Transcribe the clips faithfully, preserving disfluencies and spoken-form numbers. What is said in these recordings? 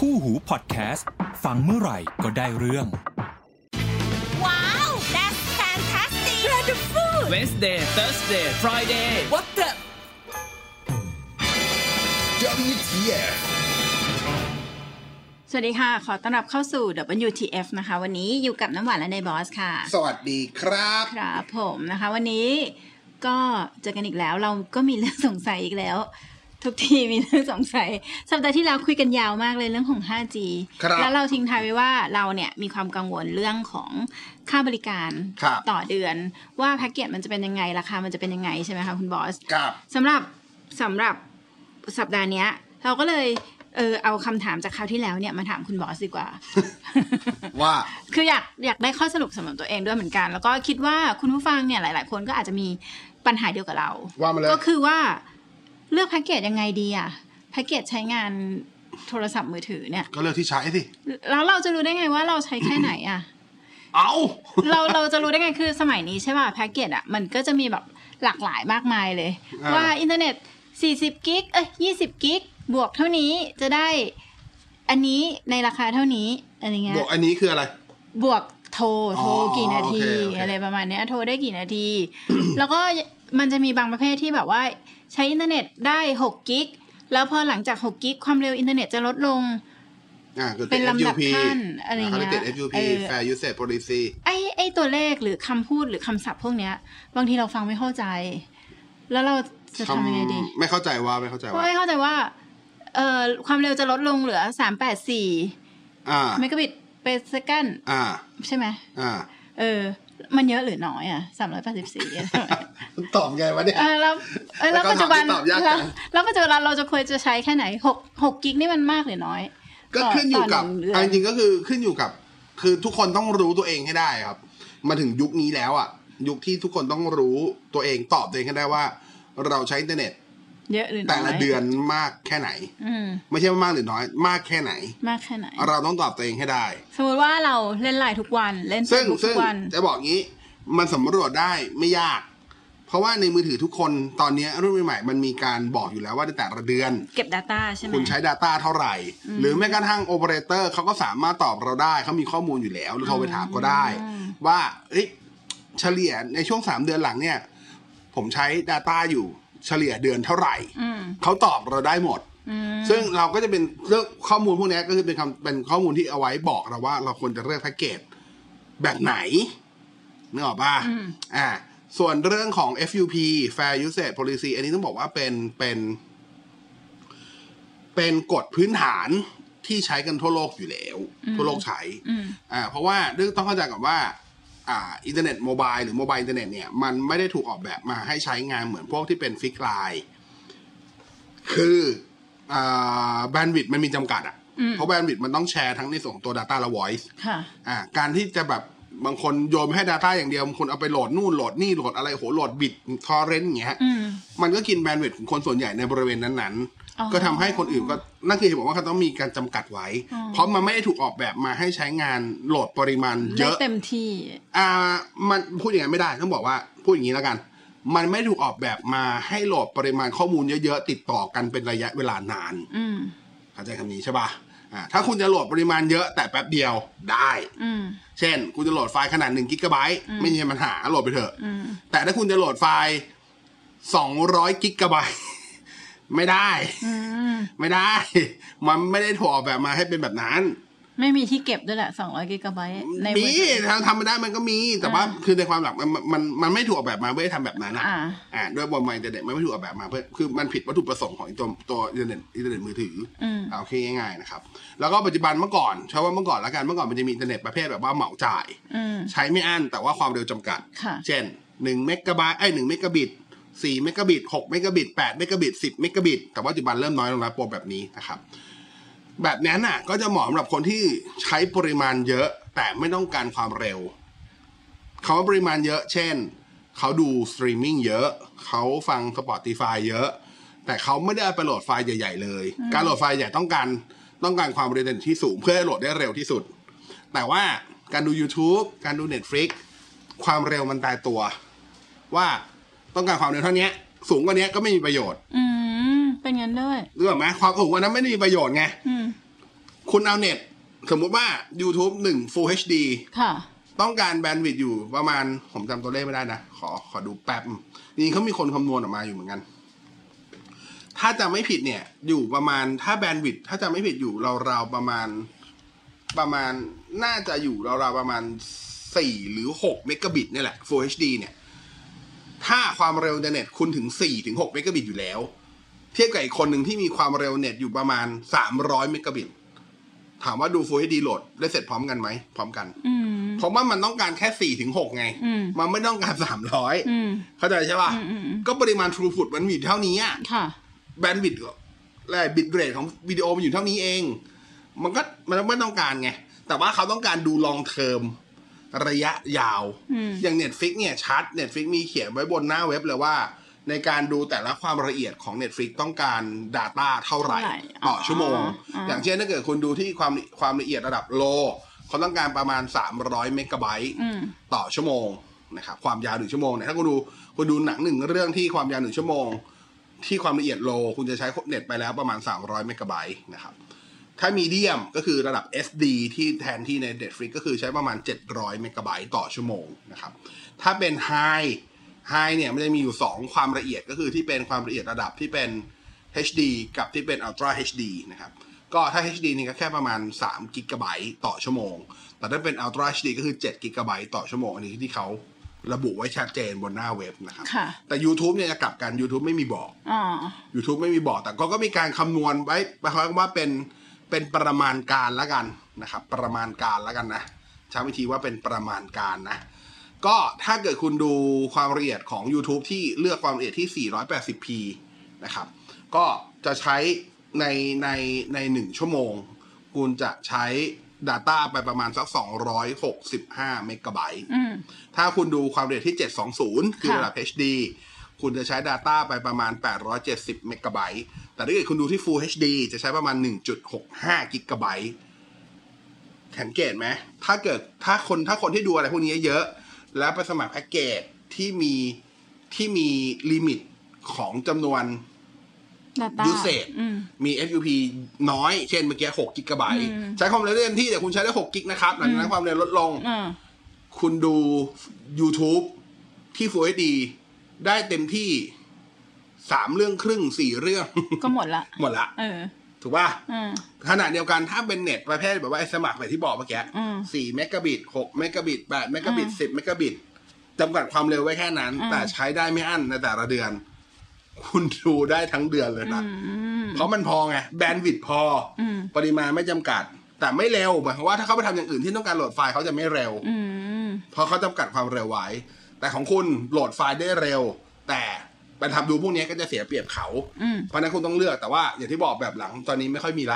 คู่หูพอดแคสต์ฟังเมื่อไหร่ก็ได้เรื่องว้าว that's fantastic wonderful Wednesday Thursday Friday what the ดับเบิลยู ที เอฟสวัสดีค่ะขอต้อนรับเข้าสู่ ดับเบิลยู ที เอฟ นะคะวันนี้อยู่กับน้ำหวานและในบอสค่ะสวัสดีครับครับผมนะคะวันนี้ก็เจอกันอีกแล้วเราก็มีเรื่องสงสัยอีกแล้วทุกทีมีเรื่องสงสัยสัปดาห์ที่แล้วคุยกันยาวมากเลยเรื่องของ ห้าจี แล้วเราทิ้งท้ายไว้ว่าเราเนี่ยมีความกังวลเรื่องของค่าบริการต่อเดือนว่าแพ็กเกจมันจะเป็นยังไงราคามันจะเป็นยังไงใช่ไหมคะคุณบอสสำหรับสำหรับสัปดาห์นี้เราก็เลยเออเอาคำถามจากคราวที่แล้วเนี่ยมาถามคุณบอสดีกว่าว่าคืออยากอยากได้ข้อสรุปสำหรับตัวเองด้วยเหมือนกันแล้วก็คิดว่าคุณผู้ฟังเนี่ยหลายๆคนก็อาจจะมีปัญหาเดียวกับเราก็คือว่าเลือกแพ็กเกจยังไงดีอ่ะแพ็กเกจใช้งานโทรศัพท์มือถือเนี่ยก็เลือกที่ใช้สิแล้วเราจะรู้ได้ไงว่าเราใช้แค่ไหนอ่ะเอาเราเราจะรู้ได้ไงคือสมัยนี้ใช่ป่ะแพ็กเกจอ่ะมันก็จะมีแบบหลากหลายมากมายเลยว่าอินเทอร์เน็ตสี่สิบกิกเอ้ยยี่สิบกิกบวกเท่านี้จะได้อันนี้ในราคาเท่านี้อะไรเงี้ยบวกอันนี้คืออะไรบวกโทรโทรกี่นาทีอะไรประมาณนี้โทรได้กี่นาทีแล้วก็มันจะมีบางประเภทที่แบบว่าใช้อินเทอร์เน็ตได้หกกิกแล้วพอหลังจากหกกิกความเร็วอินเทอร์เน็ตจะลดลงอ่าเป็นลำดับขั้นอะไรเงี้ยเอฟ ยู พี Fair Usage Policy ไอ้ไอ้ตัวเลขหรือคำพูดหรือคำศัพท์พวกเนี้ยบางทีเราฟังไม่เข้าใจแล้วเราจะทำยังไงดีไม่เข้าใจว่าไม่เข้าใจว่าไม่เข้าใจว่าเอ่อความเร็วจะลดลงเหลือสามร้อยแปดสิบสี่อ่าเมกะบิตเปอร์เซคันด์อ่าใช่ไหมอ่าเออมันเยอะหรือน้อยอ่ะสามร้อยแปดสิบสี่มันตอบไงวะเนี่ยเออแล้วแล้วปัจจุบันแล้วแล้วปัจจุบันเราจะควรจะใช้แค่ไหนหก หกกิกนี่มันมากหรือน้อยก็ขึ้นอยู่กับจริงๆก็คือขึ้นอยู่กับคือทุกคนต้องรู้ตัวเองให้ได้ครับมาถึงยุคนี้แล้วอ่ะยุคที่ทุกคนต้องรู้ตัวเองตอบตัวเองให้ได้ว่าเราใช้อินเทอร์เน็ตเยอะหรือน้อยแต่ละเดือนมากแค่ไหนไม่ใช่ว่ามากหรือน้อยมากแค่ไหนมากแค่ไหนเราต้องตอบตัวเองให้ได้สมมติว่าเราเล่นไลน์ทุกวันเล่นเฟซบุ๊กทุกวันจะบอกงี้มันสำรวจได้ไม่ยากเพราะว่าในมือถือทุกคนตอนนี้รุ่นใหม่ๆมันมีการบอกอยู่แล้วว่าในแต่ละเดือนเก็บ data ใช่ไหมคุณใช้ data เท่าไหร่หรือแม้กระทั่งโอเปอเรเตอร์เขาก็สามารถตอบเราได้เขามีข้อมูลอยู่แล้วเราโทรไปถามก็ได้ว่าเอ้ยเฉลี่ยในช่วงสามเดือนหลังเนี่ยผมใช้ data อยู่เฉลี่ยเดือนเท่าไหร่เขาตอบเราได้หมดซึ่งเราก็จะเป็นเรื่องข้อมูลพวกนี้ก็คือเป็นคำเป็นข้อมูลที่เอาไว้บอกเราว่าเราควรจะเลือกแพ็กเกจแบบไหนนึกออกป่ะอ่าส่วนเรื่องของ เอฟ ยู พี Fair Usage Policy อันนี้ต้องบอกว่าเป็นเป็นเป็นกฎพื้นฐานที่ใช้กันทั่วโลกอยู่แล้วทั่วโลกใช้อ่าเพราะว่าเรื่องต้องเข้าใจก่อนว่าอ่าอินเทอร์เน็ตโมบายหรือโมบายอินเทอร์เน็ตเนี่ยมันไม่ได้ถูกออกแบบมาให้ใช้งานเหมือนพวกที่เป็นฟิกไลน์คืออ่าแบนด์วิดต์มันมีจำกัดอ่ะเพราะแบนด์วิดต์มันต้องแชร์ทั้งในส่วนตัว data และ voice ค่ะอ่าการที่จะแบบบางคนโยนให้ data อย่างเดียวบางคนเอาไปโหลดนู่นโหลดนี่โหลดอะไรโหโหลดบิตทอร์เรนต์อย่างเงี้ยมันก็กินแบนด์วิดต์ของคนส่วนใหญ่ในบริเวณนั้นๆก็ทำให้คนอื่นก็นั่นคือเหตุผลว่าเขาต้องมีการจำกัดไว้เพราะมันไม่ได้ถูกออกแบบมาให้ใช้งานโหลดปริมาณเยอะเต็มที่อ่ามันพูดอย่างนั้นไม่ได้ต้องบอกว่าพูดอย่างนี้แล้วกันมันไม่ถูกออกแบบมาให้โหลดปริมาณข้อมูลเยอะๆติดต่อกันเป็นระยะเวลานานเข้าใจคำนี้ใช่ป่ะถ้าคุณจะโหลดปริมาณเยอะแต่แป๊บเดียวได้เช่นคุณจะโหลดไฟล์ขนาดหนึ่งกิกะไบต์ไม่ใช่ปัญหาโหลดไปเถอะแต่ถ้าคุณจะโหลดไฟล์สองร้อยกิกะไบต์ไม่ได้ไม่ได้มันไม่ได้ถูกออกแบบมาให้เป็นแบบนั้นไม่มีที่เก็บด้วยแหละสองร้อยกิกะไบต์ในมีทำทำไม่ได้มันก็มีแต่ว่าคือในความหลักมันมันมันไม่ถูกออกแบบมาเพื่อทำแบบนั้นอ่ะอ่าด้วยบนไมค์อินเทอร์เน็ตมันไม่ถูกออกแบบมาเพื่อคือมันผิดวัตถุประสงค์ของตัวตัวอินเทอร์เน็ตอินเทอร์เน็ตมือถือเอาโอเคง่ายๆนะครับแล้วก็ปัจจุบันเมื่อก่อนใช้ว่าเมื่อก่อนแล้วกันเมื่อก่อนมันจะมีอินเทอร์เน็ตประเภทแบบว่าเหมาจ่ายใช้ไม่อั้นแต่ว่าความเร็วจำกัดเช่นหนึ่งเมกะไบต์ไอ้หนึ่งเมกะบิตสี่เมกะบิตหกเมกะบิตแปดเมกะบิตสิบเมกะบิตแต่ว่าปัจจุบันเริ่มน้อยลงแล้วโปรแบบนี้นะครับแบบนั้นน่ะก็จะเหมาะสำหรับคนที่ใช้ปริมาณเยอะแต่ไม่ต้องการความเร็วเขาว่าปริมาณเยอะเช่นเขาดูสตรีมมิ่งเยอะเขาฟัง Spotify เยอะแต่เขาไม่ได้ไปโหลดไฟล์ใหญ่ๆเลยการโหลดไฟล์ใหญ่ต้องการต้องการความเร็วที่สูงเพื่อให้โหลดได้เร็วที่สุดแต่ว่าการดู YouTube การดู Netflix ความเร็วมันตายตัวว่าต้องการความเร็วเท่านี้สูงกว่านี้ก็ไม่มีประโยชน์อืมเป็นงั้นด้วยรู้ไหมความสูงกว่านั้นไม่ได้มีประโยชน์ไงคุณเอาเน็ตสมมุติว่า YouTube หนึ่ง Full เอช ดีค่ะต้องการแบนด์วิดต์อยู่ประมาณผมจำตัวเลขไม่ได้นะขอขอดูแป๊บจริงๆเขามีคนคำนวณออกมาอยู่เหมือนกันถ้าจะไม่ผิดเนี่ยอยู่ประมาณถ้าแบนด์วิดต์ถ้าจะไม่ผิดอยู่ราวๆประมาณประมาณน่าจะอยู่ราวๆประมาณสี่หรือหกเมกะบิตนี่แหละ Full เอช ดี เนี่ยถ้าความเร็วอินเทอร์เน็ตคุณถึงสี่ถึงหกเมกะบิตอยู่แล้วเทียบกับอีกคนหนึ่งที่มีความเร็วเน็ตอยู่ประมาณสามร้อยเมกะบิตถามว่าดู Full เอช ดี โหลดได้เสร็จพร้อมกันไหมพร้อมกันเพราะว่ามันต้องการแค่สี่ถึงหกไงมันไม่ต้องการสามร้อยเข้าใจใช่ป่ะก็ปริมาณ throughput มันมีเท่านี้อ่ะแบนด์วิดต์และบิตเรทของวิดีโอมันอยู่เท่านี้เองมันก็มันไม่ต้องการไงแต่ว่าเขาต้องการดู long term ระยะยาวอย่าง Netflix เนี่ยชัด Netflix มีเขียนไว้บนหน้าเว็บเลยว่าในการดูแต่ละความละเอียดของ Netflix ต้องการ data เท่าไหร่ต่อชั่วโมงอย่างเช่นถ้าเกิดคุณดูที่ความความละเอียดระดับ low เขาต้องการประมาณสามร้อยเมกะไบต์ต่อชั่วโมงนะครับความยาวหนึ่งชั่วโมงเนี่ยถ้าคุณดูคุณดูหนังหนึ่งเรื่องที่ความยาวหนึ่งชั่วโมงที่ความละเอียด low คุณจะใช้เน็ตไปแล้วประมาณสามร้อยเมกะไบต์นะครับถ้ามีเดียมก็คือระดับ เอส ดี ที่แทนที่ใน Netflix ก็คือใช้ประมาณเจ็ดร้อยเมกะไบต์ต่อชั่วโมงนะครับถ้าเป็น High High เนี่ยมันจะมีอยู่สองความละเอียดก็คือที่เป็นความละเอียดระดับที่เป็น เอช ดี กับที่เป็น Ultra เอช ดี นะครับก็ถ้า เอช ดี นี่ก็แค่ประมาณสามกิกะไบต์ต่อชั่วโมงแต่ถ้าเป็น Ultra เอช ดี ก็คือเจ็ดกิกะไบต์ต่อชั่วโมงอันนี้ที่เขาระบุไว้ชัดเจนบนหน้าเว็บนะครับแต่ YouTube เนี่ยจะกลับกัน YouTube ไม่มีบอกอ๋อ YouTube ไม่มีบอกแต่ก็ก็มีการคำนวณไว้หมายความว่าเป็นเป็นประมาณการแล้วกันนะครับประมาณการแล้วกันนะใช้วิธีว่าเป็นประมาณการนะก็ถ้าเกิดคุณดูความละเอียดของ YouTube ที่เลือกความละเอียดที่ สี่ร้อยแปดสิบพี นะครับก็จะใช้ในในในหนึ่งชั่วโมงคุณจะใช้ data ไปประมาณสักสองร้อยหกสิบห้าเมกะไบต์ถ้าคุณดูความละเอียดที่เจ็ดร้อยยี่สิบคือระดับ เอช ดี คุณจะใช้ data ไปประมาณแปดร้อยเจ็ดสิบเมกะไบต์แต่ถ้าเกิดคุณดูที่ Full เอช ดี จะใช้ประมาณ หนึ่งจุดหกห้ากิกะไบต์สังเกตไหมถ้าเกิดถ้าคนถ้าคนที่ดูอะไรพวกนี้เยอะแล้วไปสมัครแพ็กเกจที่มีที่มีลิมิตของจำนวน usage มี เอฟ ยู พี น้อยเช่นเมื่อกี้หกกิกะไบต์ใช้ความเร็วเต็มที่แต่คุณใช้ได้หกกิกนะครับหลังจากนั้นความเร็วลดลงคุณดู YouTube ที่ Full เอช ดี ได้เต็มที่สามเรื่องครึ่งสี่เรื่องก็หมดละหมดละเออถูกป่ะขณะเดียวกันถ้าเป็นเน็ตประเภทแบบว่าไอ้สมัครแบบที่บอกเมื่อกี้สี่เมกะบิตหกเมกะบิตแปดเมกะบิตสิบเมกะบิตจำกัดความเร็วไว้แค่นั้นแต่ใช้ได้ไม่อั้นในแต่ละเดือนคุณดูได้ทั้งเดือนเลยนะเพราะมันพอไงแบนด์วิดต์พอปริมาณไม่จำกัดแต่ไม่เร็วหมายความว่าถ้าเขาไปทำอย่างอื่นที่ต้องการโหลดไฟล์เขาจะไม่เร็วเพราะเขาจำกัดความเร็วไว้แต่ของคุณโหลดไฟล์ได้เร็วแต่ไปทำดูพวกนี้ก็จะเสียเปรียบเขาเพราะนั้นคุณต้องเลือกแต่ว่าอย่างที่บอกแบบหลังตอนนี้ไม่ค่อยมีละ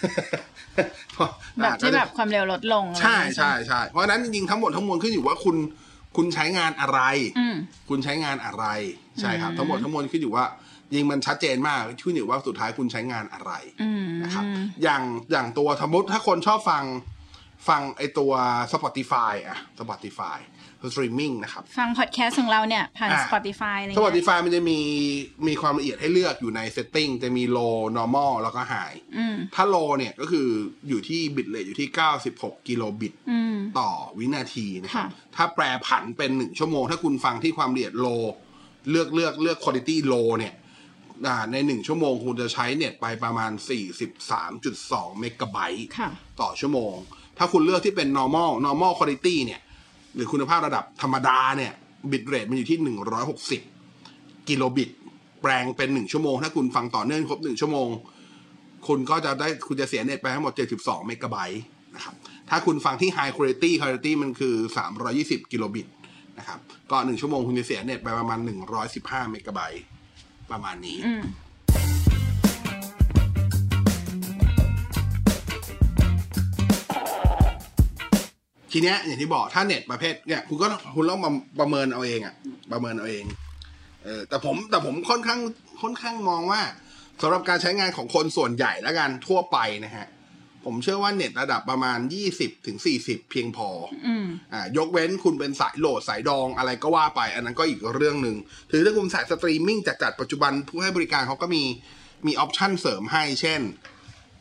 แบบที่แบบความเร็วลดลงใช่ใช่ใช่เพราะนั้นจริงๆทั้งหมดทั้งมวลขึ้นอยู่ว่าคุณคุณใช้งานอะไรคุณใช้งานอะไรใช่ครับทั้งหมดทั้งมวลขึ้นอยู่ว่ายิงมันชัดเจนมากขึ้นอยู่ว่าสุดท้ายคุณใช้งานอะไรนะครับอย่างอย่างตัวสมมติถ้าคนชอบฟังฟังไอตัว Spotify อะ Spotifyสตรีมมิ่งนะครับฟังพอดแคสต์ของเราเนี่ยผ่าน Spotify อะไรเงี้ย Spotify มันจะมีมีความละเอียดให้เลือกอยู่ใน setting จะมี low normal แล้วก็ high ถ้า low เนี่ยก็คืออยู่ที่ bit rate อยู่ที่เก้าสิบหกกิโลบิตต่อวินาทีนะครับถ้าแปรผันเป็นหนึ่งชั่วโมงถ้าคุณฟังที่ความละเอียด low เลือกเลือกเลือก quality low เนี่ยในหนึ่งชั่วโมงคุณจะใช้เน็ตไปประมาณ สี่สิบสามจุดสองเมกะไบต์ต่อชั่วโมงถ้าคุณเลือกที่เป็น normal normal quality เนี่ยหรือคุณภาพระดับธรรมดาเนี่ยบิตเรทมันอยู่ที่หนึ่งร้อยหกสิบกิโลบิตแปลงเป็นหนึ่งชั่วโมงถ้าคุณฟังต่อเนื่องครบหนึ่งชั่วโมงคุณก็จะได้คุณจะเสียเน็ตไปทั้งหมดเจ็ดสิบสองเมกะไบต์นะครับถ้าคุณฟังที่ high quality quality มันคือสามร้อยยี่สิบกิโลบิตนะครับก็หนึ่งชั่วโมงคุณจะเสียเน็ตไปประมาณหนึ่งร้อยสิบห้าเมกะไบต์ประมาณนี้ทีเนี้ยอย่างที่บอกถ้าเน็ตประเภทเนี่ยคุณก็คุณต้องมาประเมินเอาเองอะประเมินเอาเองเออแต่ผมแต่ผมค่อนข้างค่อนข้างมองว่าสำหรับการใช้งานของคนส่วนใหญ่แล้วกันทั่วไปนะฮะผมเชื่อว่าเน็ตระดับประมาณยี่สิบถึงสี่สิบเพียงพออ่ายกเว้นคุณเป็นสายโหลดสายดองอะไรก็ว่าไปอันนั้นก็อีกเรื่องนึงถือถ้าคุณสายสตรีมมิ่งจัดๆปัจจุบันผู้ให้บริการเขาก็มีมีออปชั่นเสริมให้เช่น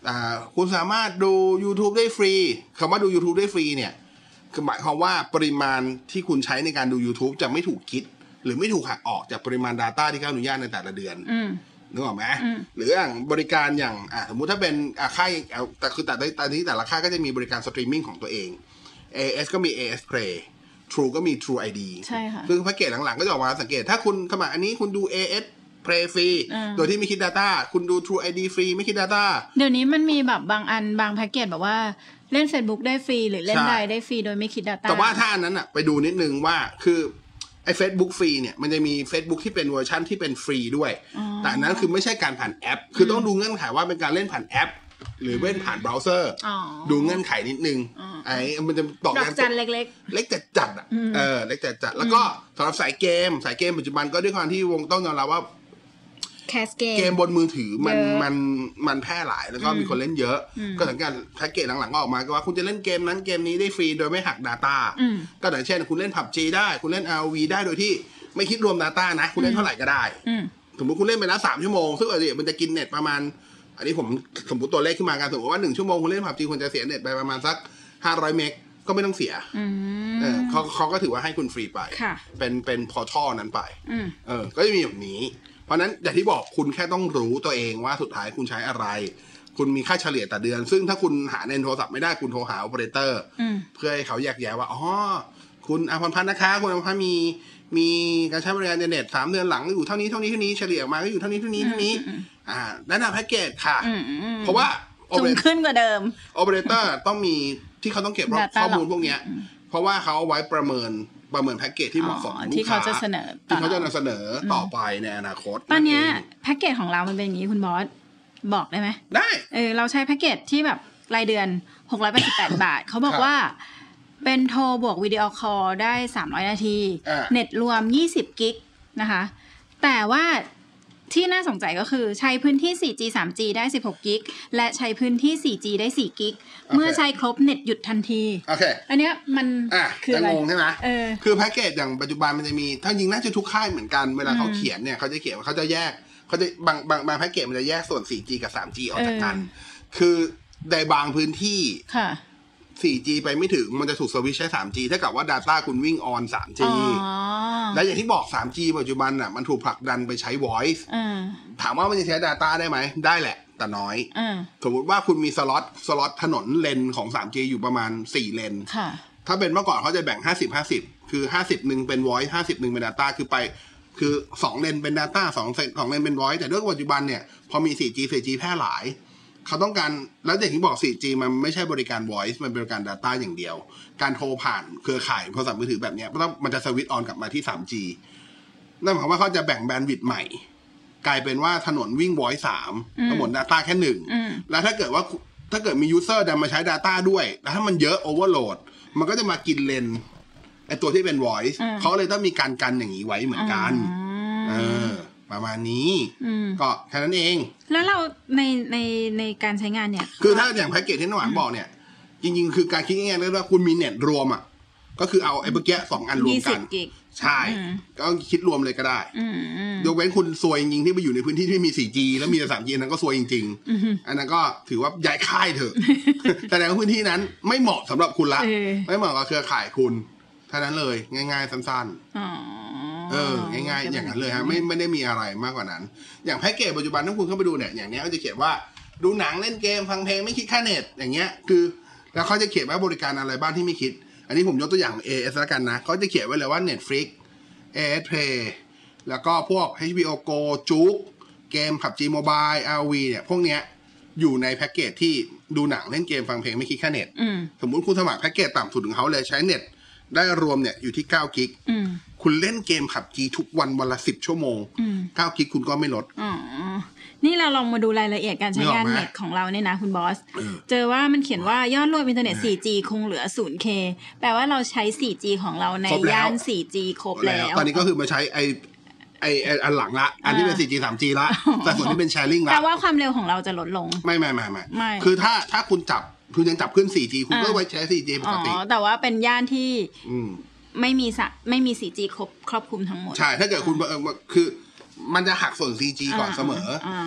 อ่าคุณสามารถดู YouTube ได้ฟรีคำว่าดู YouTube ได้ฟรีเนี่ยคือหมายความว่าปริมาณที่คุณใช้ในการดู YouTube จะไม่ถูกคิดหรือไม่ถูกหักออกจากปริมาณ data ที่เขาอนุญาตในแต่ละเดือนนึกออกไหมหรืออย่างบริการอย่างอ่าสมมุติถ้าเป็นอ่าค่ายแต่คือแต่ตอนนี้แต่ละค่ายก็จะมีบริการสตรีมมิ่งของตัวเอง เอ เอส ก็มี เอ เอส Play True ก็มี True ไอ ดีใช่ค่ะซึ่งแพ็กเกจหลังๆก็จะออกมาสังเกตถ้าคุณสมัครอันนี้คุณดู เอ เอส Play ฟรีโดยที่ไม่คิด data คุณดู True ไอ ดี ฟรีไม่คิด data เดี๋ยวนี้มันมีแบบบางอันบางแพ็กเกจแบบว่าเล่น Facebook ได้ฟรีหรือเล่นไลน์ได้ฟรีโดยไม่คิด data แต่ว่าถ้าอันนั้นอ่ะไปดูนิดนึงว่าคือไอ้ Facebook ฟรีเนี่ยมันจะมี Facebook ที่เป็นเวอร์ชันที่เป็นฟรีด้วยแต่อันนั้นคือไม่ใช่การผ่านแอปคือต้องดูเงื่อนไขว่าเป็นการเล่นผ่านแอปหรือเล่นผ่านเบราว์เซอร์ดูเงื่อนไขนิดนึงไอ้มันจะตอกดอกจันเล็กๆเล็กจัดจัดอ่ะเออเล็กจัดจัดแล้วก็สำหรับสายเกมสายเกมปัจจุบันก็ด้วยความที่วงต้องยอมรับว่าแคสเกมเกมบนมือถือมันมันมันแพร่หลายแล้วก็มีคนเล่นเยอะก็สังเกตแพ็กเกจหลังๆก็ออกมาก็ว่าคุณจะเล่นเกมนั้นเกมนี้ได้ฟรีโดยไม่หัก data ก็อย่างเช่นคุณเล่น พับจี ได้คุณเล่น อาร์ โอ วี ได้โดยที่ไม่คิดรวม data นะคุณเล่นเท่าไหร่ก็ได้สมมติคุณเล่นไปแล้วสามชั่วโมงซึ่งปกติมันจะกินเน็ตประมาณอันนี้ผมสมมติตัวเลขขึ้นมากันสมมติว่าหนึ่งชั่วโมงคุณเล่น พับจี คุณจะเสียเน็ตไปประมาณสักห้าร้อยเมกก็ไม่ต้องเสียเออเขาเขาก็ถือว่าให้คุณฟรีไปเป็นเป็นพอร์ทัลนั้นไปเออก็จะมีแบบนี้เพราะนั้นอย่างที่บอกคุณแค่ต้องรู้ตัวเองว่าสุดท้ายคุณใช้อะไรคุณมีค่าเฉลี่ยต่อเดือนซึ่งถ้าคุณหาในโทรศัพท์ไม่ได้คุณโทรหาโอเปอเรเตอร์เพื่อให้เขาแยกแยะว่าอ๋อคุณอภรพันธ์นะคะคุณอภรพันธ์มีมีการใช้บริการอินเทอร์เน็ตสามเดือนหลังอยู่เท่านี้เท่านี้เท่านี้เฉลี่ยมาก็อยู่เท่านี้เท่านี้เท่านี้อ่าแนะนำแพ็กเกจค่ะเพราะว่าสูงขึ้นกว่าเดิมโอเปอเรเตอร์ต้องมีที่เขาต้องเก็บข้อมูลพวกนี้เพราะว่าเขาเอาไว้ประเมินประเมินแพ็กเกจที่เหมาะสมที่เขาจะเสนอที่เขาจะนำเสนอต่อไปในอนาคตตอนนี้แพ็กเกจของเรามันเป็นอย่างนี้คุณบอสบอกได้ไหมได้เออเราใช้แพ็กเกจที่แบบรายเดือนหกร้อยแปดสิบแปดบาทเขาบอกว่าเป็นโทรบวกวิดีโอคอลได้สามร้อยนาทีเน็ตรวมยี่สิบกิกนะคะแต่ว่าที่น่าสนใจก็คือใช้พื้นที่ โฟร์จี ทรีจี ได้สิบหกกิกและใช้พื้นที่ โฟร์จี ได้สี่กิกเมื่อใช้ครบเน็ตหยุดทันทีโอเคอันเนี้ยมันคืออะไรงงใช่ไหมเออคือแพ็กเกจอย่างปัจจุบันมันจะมีถ้าจริงน่าจะทุกค่ายเหมือนกันเวลาเขาเขียนเนี่ยเขาจะเขียนว่าเขาจะแยกเขาจะบางบางบางแพ็กเกจมันจะแยกส่วน โฟร์จี กับ ทรีจี ออกจากกันคือในบางพื้นที่ค่ะโฟร์จี ไปไม่ถึงมันจะถูกสวิตช์ใช้ ทรีจี เท่ากับว่า data คุณวิ่งออน ทรีจี และอย่างที่บอก ทรีจี ปัจจุบันน่ะมันถูกผลักดันไปใช้ voice ถามว่ามันจะใช้ data ได้ไหมได้แหละแต่น้อยสมมุติว่าคุณมีสล็อตสล็อตถนนเลนของ ทรีจี อยู่ประมาณสี่เลนถ้าเป็นเมื่อก่อนเขาจะแบ่งห้าสิบ ห้าสิบคือห้าสิบนึงเป็น voice ห้าสิบนึงเป็น data คือไปคือสองเลนเป็น data สองสองเลนเป็น voice แต่ด้วยปัจจุบันเนี่ยพอมี โฟร์จี โฟร์จี แพร่หลายเขาต้องการแล้วอย่างที่บอก โฟร์จี มันไม่ใช่บริการ voice มันเป็นบริการ data อย่างเดียวการโทรผ่านเครือข่ายโทรศัพท์มือถือแบบนี้มันต้องมันจะสวิตช์ออนกลับมาที่ ทรีจี นั่นหมายความว่าเขาจะแบ่งแบนด์วิดต์ใหม่กลายเป็นว่าถนนวิ่ง voice สามถนน data แค่หนึ่งแล้วถ้าเกิดว่าถ้าเกิดมี user ดันมาใช้ data ด้วยแล้วถ้ามันเยอะ overload มันก็จะมากินเลนไอตัวที่เป็น voice เขาเลยต้องมีการกันอย่างนี้ไว้เหมือนกันเออประมาณนี้ก็แค่นั้นเองแล้วเราในในในการใช้งานเนี่ยคือถ้าอย่างแพ็กเกจที่น้องหวานบอกเนี่ยจริงๆคือการคิดง่ายๆเลยว่าคุณมีเน็ตรวมอ่ะก็คือเอาไอ้เมื่อกี้สองอันรวมกันใช่ก็คิดรวมเลยก็ได้ยกเว้นคุณซวยจริงๆที่ไปอยู่ในพื้นที่ที่มี โฟร์จี แล้วมีแต่ ทรีจี นั้นก็ซวยจริงๆอันนั้นก็ถือว่าย้ายค่ายเถอะแต่ในพื้นที่นั้นไม่เหมาะสำหรับคุณละไม่เหมาะกับเครือข่ายคุณเท่านั้นเลยง่ายๆสั้นๆเออง่ายๆอย่างนั้นเลยฮะไม่ไม่ได้มีอะไรมากกว่านั้นอย่างแพ็กเกจปัจจุบันถ้าคุณเข้าไปดูเนี่ยอย่างนี้เขาจะเขียนว่าดูหนังเล่นเกมฟังเพลงไม่คิดค่าเน็ตอย่างเงี้ยคือแล้วเขาจะเขียนว่าบริการอะไรบ้างที่ไม่คิดอันนี้ผมยกตัวอย่าง เอ เอส แล้วกันนะเขาจะเขียนไว้เลยว่า Netflix เอ เอส Play แล้วก็พวก เอช บี โอ Go จุ๊กเกม พับจี Mobile อาร์ โอ วี เนี่ยพวกเนี้ยอยู่ในแพ็กเกจที่ดูหนังเล่นเกมฟังเพลงไม่คิดค่าเน็ตสมมุติคุณสมัครแพ็กเกจต่ำสุดของเขาเลยใช้เน็ตได้รวมเนี่ยอยู่ที่เก้ากิกคุณเล่นเกม พับจี ทุกวันวันละสิบชั่วโมงเก้ากิกคุณก็ไม่ลดอ๋อนี่เราลองมาดูรายละเอียดการใช้งานเน็ตของเราเนี่ยนะคุณบอสเจอว่ามันเขียนว่ายอดรวมอินเทอร์เน็ต โฟร์จี คงเหลือ ศูนย์เค แปลว่าเราใช้ โฟร์จี ของเราในย่าน โฟร์จี ครบแล้วตอนนี้ก็คือมาใช้ไอไออันหลังละอันที่เป็น โฟร์จี ทรีจี ละแต่ส่วนที่เป็น sharing ละแปลว่าความเร็วของเราจะลดลงไม่ไม่ไม่ไม่คือถ้าถ้าคุณจับคุณยังจับขึ้น โฟร์จี คุณก็ไว้ใช้ โฟร์จี ปกติอ๋อแต่ว่าเป็นย่านที่ไม่มีไม่มี โฟร์จี ครบครอบคลุมทั้งหมดใช่ถ้าเกิดคุณคือมันจะหักส่วน โฟร์จี ก่อนเสมออ่า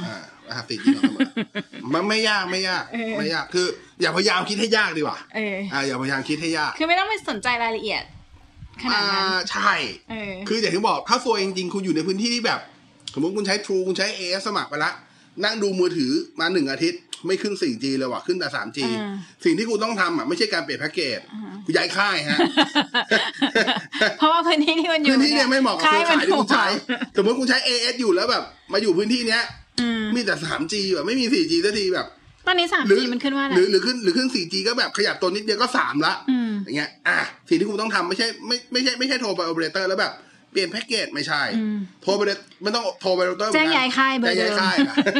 รหัส สี่จี ของเสมอมันไม่ยากไม่ยากไม่ยากคืออย่าพยายามคิดให้ยากดีกว่าอ่าอย่าพยายามคิดให้ยากคือไม่ต้องไปสนใจรายละเอียดขนาดนั้นใช่คืออย่างที่บอกถ้าซวยจริงๆคุณอยู่ในพื้นที่ที่แบบสมมติคุณใช้ True คุณใช้ เอ เอส สมัครไปละนั่งดูมือถือมาหนึ่งอาทิตย์ไม่ขึ้น สี่จี เลยว่ะขึ้นแต่ สามจี สิ่งที่คุณต้องทำอ่ะไม่ใช่การเปลี่ยนแพ็กเกจคุณย้ายค่ายฮะเพราะว่าพื้นที่ที่มันอยู่พื้นที่เนี่ยไม่เหมาะกับเครือข่ายที่คุณใช้สมมติคุณใช้ เอ เอส อยู่แล้วแบบมาอยู่พื้นที่เนี้ยมีแต่ สามจี แบบไม่มี สี่จี สักทีแบบตอนนี้ สามจี มันขึ้นว่าอะไรหรือหรือขึ้นหรือขึ้น สี่จี ก็แบบขยับตัวนิดเดียวก็สามละอย่างเงี้ยอ่ะสิ่งที่คุณต้องทำไม่ใช่ไม่ไม่ใช่ไม่ใช่โทรไปโอเปอเรเตอร์แล้วแบบเปลี่ยนแพ็กเกจไม่ใช่โทรไปไม่ต้องโทรไปโอเปอเรเตอร์แจ้งย้ายค่ายเบอร์เดิมแจ้งย้ายค่าย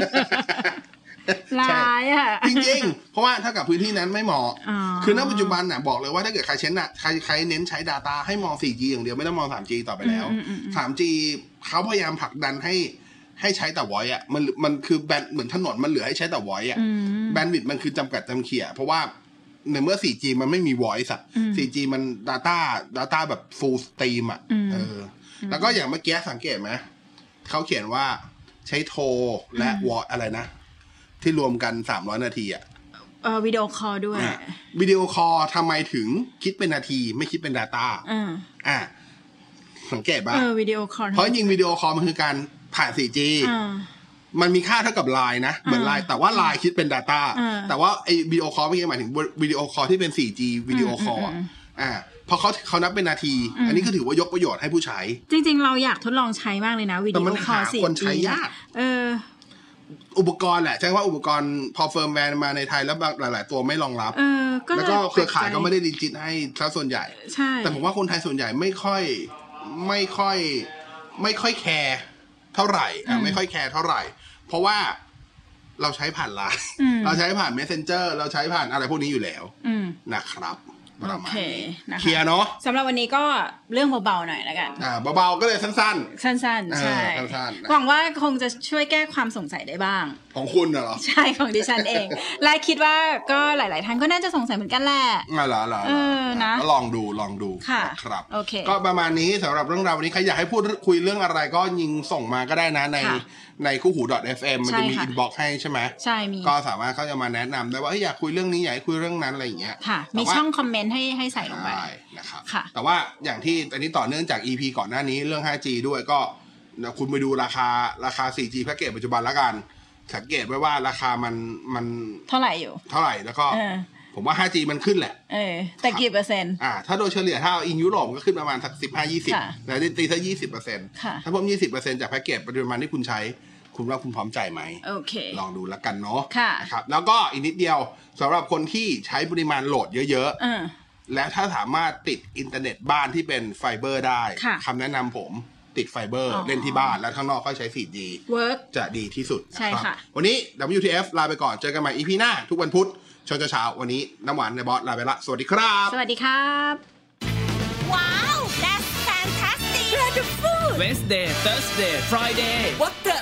ลายอ่ะจริงๆเพราะว่าถ้ากับพื้นที่นั้นไม่เหมาะคือณปัจจุบันน่ะบอกเลยว่าถ้าเกิดใครเช้นน่ะใครใครเน้นใช้ data ให้มอง สี่จี อย่างเดียวไม่ต้องมอง สามจี ต่อไปแล้ว สามจี เขาพยายามผลักดันให้ให้ใช้แต่ voice อ่ะมันมันคือแบนเหมือนถนนมันเหลือให้ใช้แต่ voice อ่ะแบนด์วิดต์มันคือจำกัดจำเขี่ยเพราะว่าในเมื่อ สี่จี มันไม่มี voice อ่ะ สี่จี มัน data data แบบ full stream อ่ะเออแล้วก็อย่างเมื่อกี้สังเกตไหมเขาเขียนว่าใช้โทรและ voice อะไรนะที่รวมกันสามร้อยนาทีอ่ะเอ่อวิดีโอคอลด้วยวิดีโอคอลทำไมถึงคิดเป็นนาทีไม่คิดเป็น data อ่าอ่าสังเกตป่ะเออวิดีโอคอลเพราะจริงวิดีโอคอลมันคือการผ่าน สี่จีอ่ามันมีค่าเท่ากับ ไลน์ นะเหมือน ไลน์ แต่ว่า ไลน์ คิดเป็น data แต่ว่าไอ้วิดีโอคอลไม่ใช่หมายถึงวิดีโอคอลที่เป็น สี่จี วิดีโอคอลอ่าพอเขาเขานับเป็นนาทีอันนี้ก็ถือว่ายกประโยชน์ให้ผู้ใช้จริงๆเราอยากทดลองใช้มากเลยนะวิดีโอคอล สี่จีคนใช้ยากเอออุปกรณ์แหละใช่ว่าอุปกรณ์พอเฟิร์มแวร์มาในไทยแล้วหลายๆตัวไม่รองรับแล้วก็เครือข่ายก็ไม่ได้ดิจิตให้ซะส่วนใหญ่แต่ผมว่าคนไทยส่วนใหญ่ไม่ค่อยไม่ค่อยไม่ค่อยแคร์เท่าไหร่อ่ะไม่ค่อยแคร์เท่าไหร่เพราะว่าเราใช้ผ่านไลน์เราใช้ผ่าน Messenger เราใช้ผ่านอะไรพวกนี้อยู่แล้วนะครับโอเคนะคะเคลียร์เนาะสำหรับวันนี้ก็เรื่องเบาๆหน่อยแล้วกันอ่าเบาๆก็เลยสั้นๆสั้นๆใช่หวังว่าคงจะช่วยแก้ความสงสัยได้บ้างของคุณเหรอใช่ของดิฉันเองและคิดว่าก็หลายๆท่านก็น่าจะสงสัยเหมือนกันแหละอ๋อเหรอเหรอเออนะลองดูลองดูครับโอเคก็ประมาณนี้สำหรับเรื่องราววันนี้ใครอยากให้พูดคุยเรื่องอะไรก็ยิงส่งมาก็ได้นะในในคู่หู .fm มันจะมีอินบ็อกซ์ให้ใช่ไหมใช่มีก็สามารถเขาจะมาแนะนำได้ว่าอยากคุยเรื่องนี้อยากคุยเรื่องนั้นอะไรอย่างเงี้ยค่ะมีช่องคอมเมนต์ให้ให้ใส่ลงไปนะครับแต่ว่าอย่างที่อันนี้ต่อเนื่องจาก อี พี ก่อนหน้านี้เรื่อง ห้าจี ด้วยก็คุณไปดูราคาราคา สี่จี แพ็กเกจปัจจุบันแล้วกันสังเกตไว้ว่าราคามันมันเท่าไหร่อยู่เท่าไหร่แล้วก็ผมว่า ห้าจี มันขึ้นแหละเออแต่กี่เปอร์เซ็นต์อ่าถ้าโดยเฉลี่ยถ้าอิงยุโรปก็ขึ้นประมาณสัก สิบห้า ยี่สิบ แล้วตีซะ ยี่สิบเปอร์เซ็นต์ ถ้าเพิ่ม ยี่สิบเปอร์เซ็นต์ จากแพ็กเกจปัจจุบันที่คุณใช้คุณว่าคุณพร้อมใจไหมโอเคลองดูแล้วกันเนาะนะครับแล้วก็อีกนิดเดียวสำหรับคนที่ใช้ปริมาณโหลดเยอะๆและถ้าสามารถติดอินเทอร์เน็ตบ้านที่เป็นไฟเบอร์ได้คำแนะนำผมติดไฟเบอร์เล่นที่บ้านแล้วข้างนอกก็ใช้ สี่จี Work จะดีที่สุดใช่ค่ะวันนี้ ดับเบิลยู ที เอฟ ลาไปก่อนเจอกันใหม่ อี พี หน้าทุกวันพุธช่วงเช้าวันนี้น้ำหวานในบอสลาไปละสวัสดีครับสวัสดีครับว้าว that's fantastic wonderful Wednesday Thursday Friday what the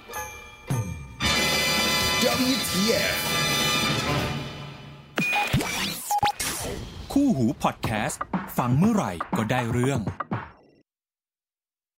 ดับเบิลยู ที เอฟ คู่หูพอดแคสต์ฟังเมื่อไหร่ก็ได้เรื่อง